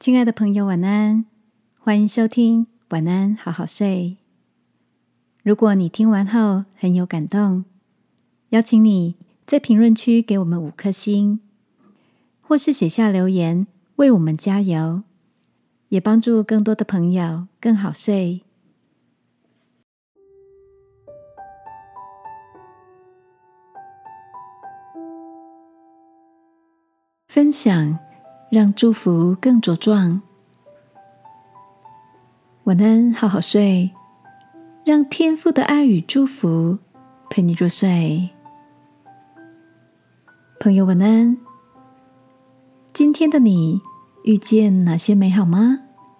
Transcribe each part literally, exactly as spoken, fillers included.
亲爱的朋友，晚安，欢迎收听晚安好好睡。如果你听完后很有感动，邀请你在评论区给我们五颗星，或是写下留言为我们加油，也帮助更多的朋友更好睡。分享让祝福更茁壮。晚安好好睡，让天父的爱与祝福陪你入睡。朋友晚安，今天的你遇见哪些美好吗？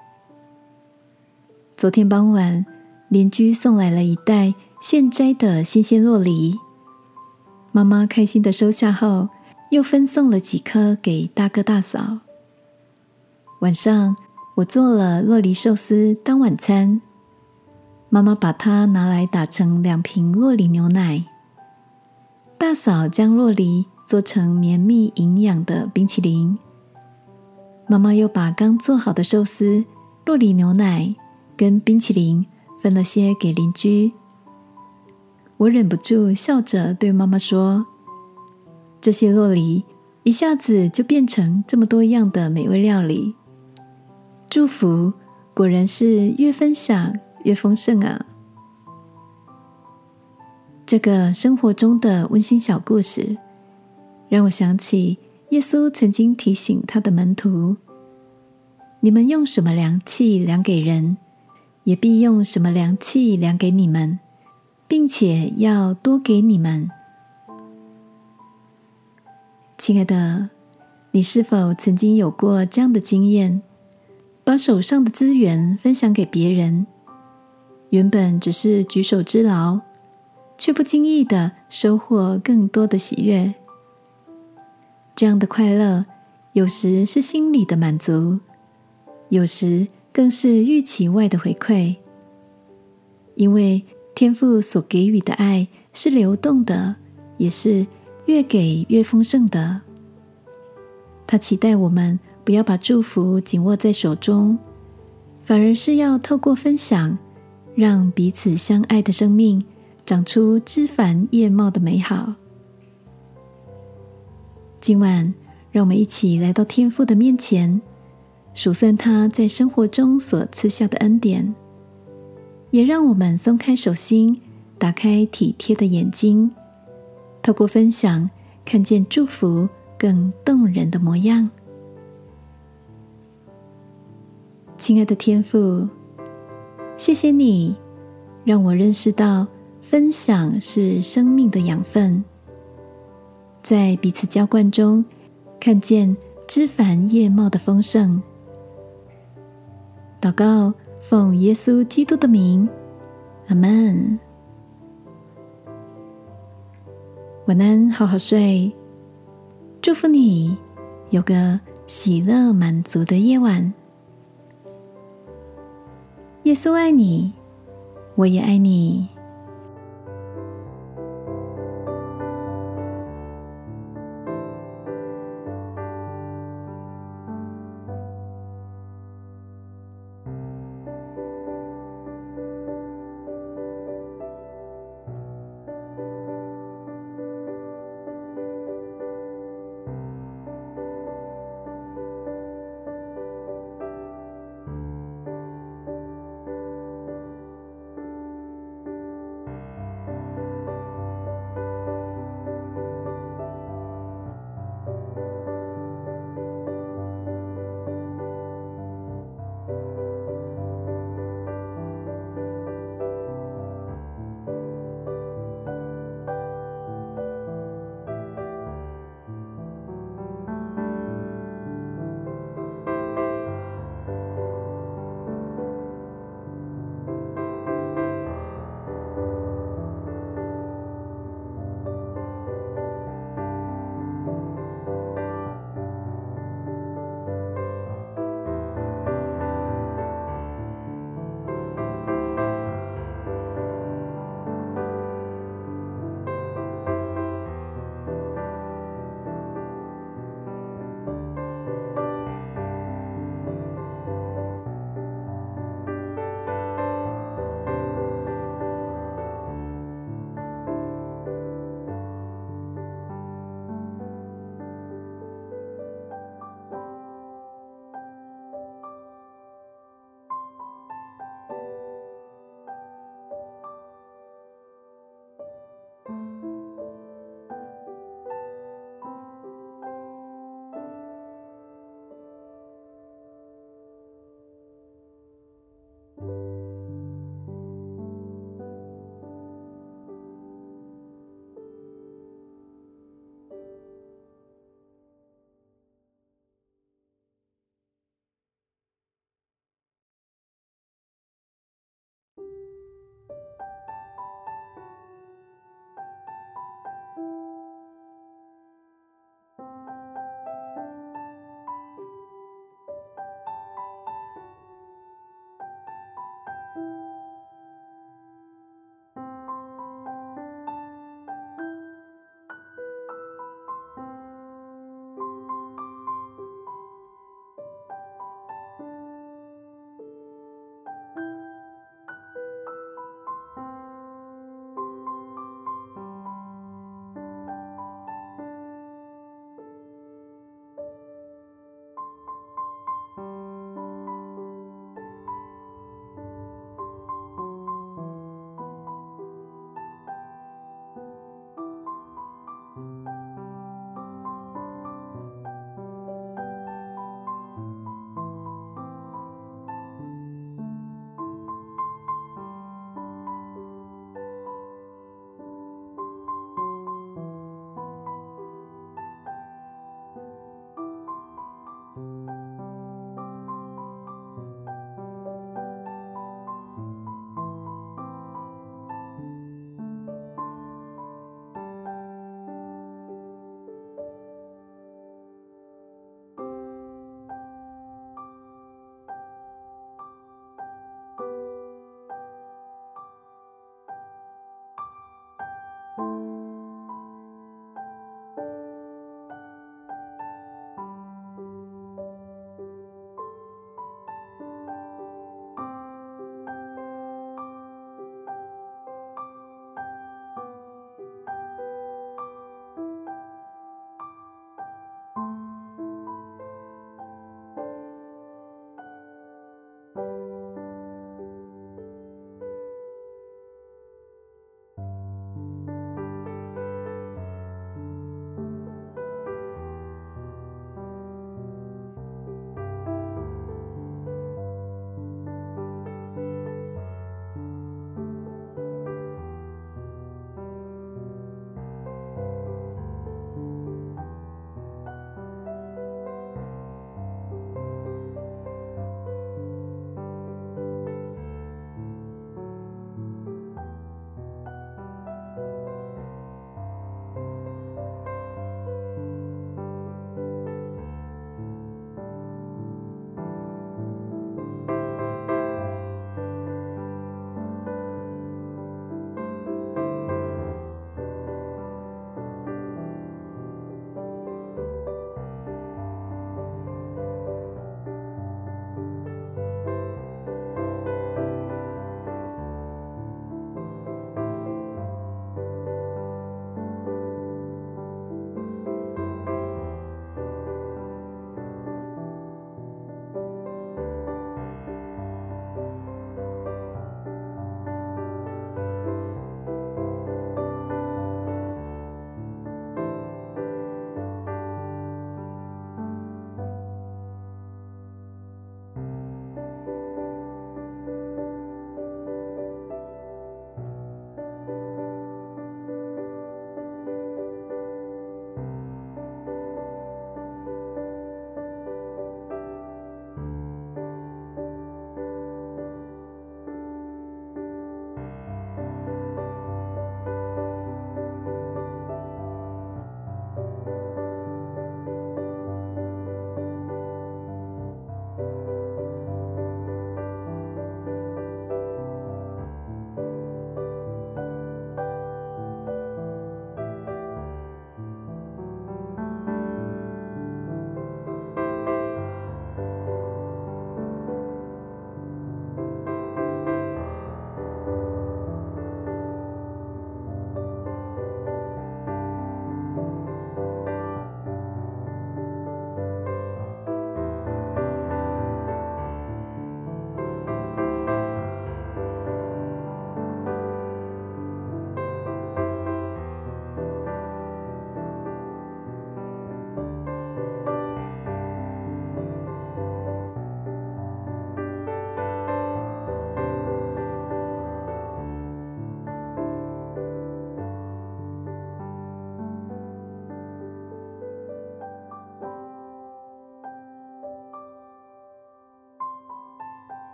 昨天傍晚，邻居送来了一袋现摘的新鲜酪梨，妈妈开心地收下后，又分送了几颗给大哥大嫂。晚上我做了酪梨寿司当晚餐，妈妈把它拿来打成两瓶酪梨牛奶。大嫂将酪梨做成绵密营养的冰淇淋。妈妈又把刚做好的寿司、酪梨牛奶跟冰淇淋分了些给邻居。我忍不住笑着对妈妈说，这些酪梨一下子就变成这么多样的美味料理，祝福果然是越分享越丰盛啊！这个生活中的温馨小故事，让我想起耶稣曾经提醒他的门徒，你们用什么量器量给人，也必用什么量器量给你们，并且要多给你们。亲爱的，你是否曾经有过这样的经验，把手上的资源分享给别人，原本只是举手之劳，却不经意地收获更多的喜悦。这样的快乐，有时是心里的满足，有时更是预期外的回馈。因为天父所给予的爱是流动的，也是越给越丰盛的。他期待我们不要把祝福紧握在手中，反而是要透过分享，让彼此相爱的生命长出枝繁叶茂的美好。今晚，让我们一起来到天父的面前，数算他在生活中所赐下的恩典，也让我们松开手心，打开体贴的眼睛，透过分享，看见祝福更动人的模样。亲爱的天父，谢谢你让我认识到分享是生命的养分，在彼此浇灌中看见枝繁叶茂的丰盛。祷告奉耶稣基督的名，阿们。晚安好好睡，祝福你有个喜乐满足的夜晚。耶稣爱你，我也爱你。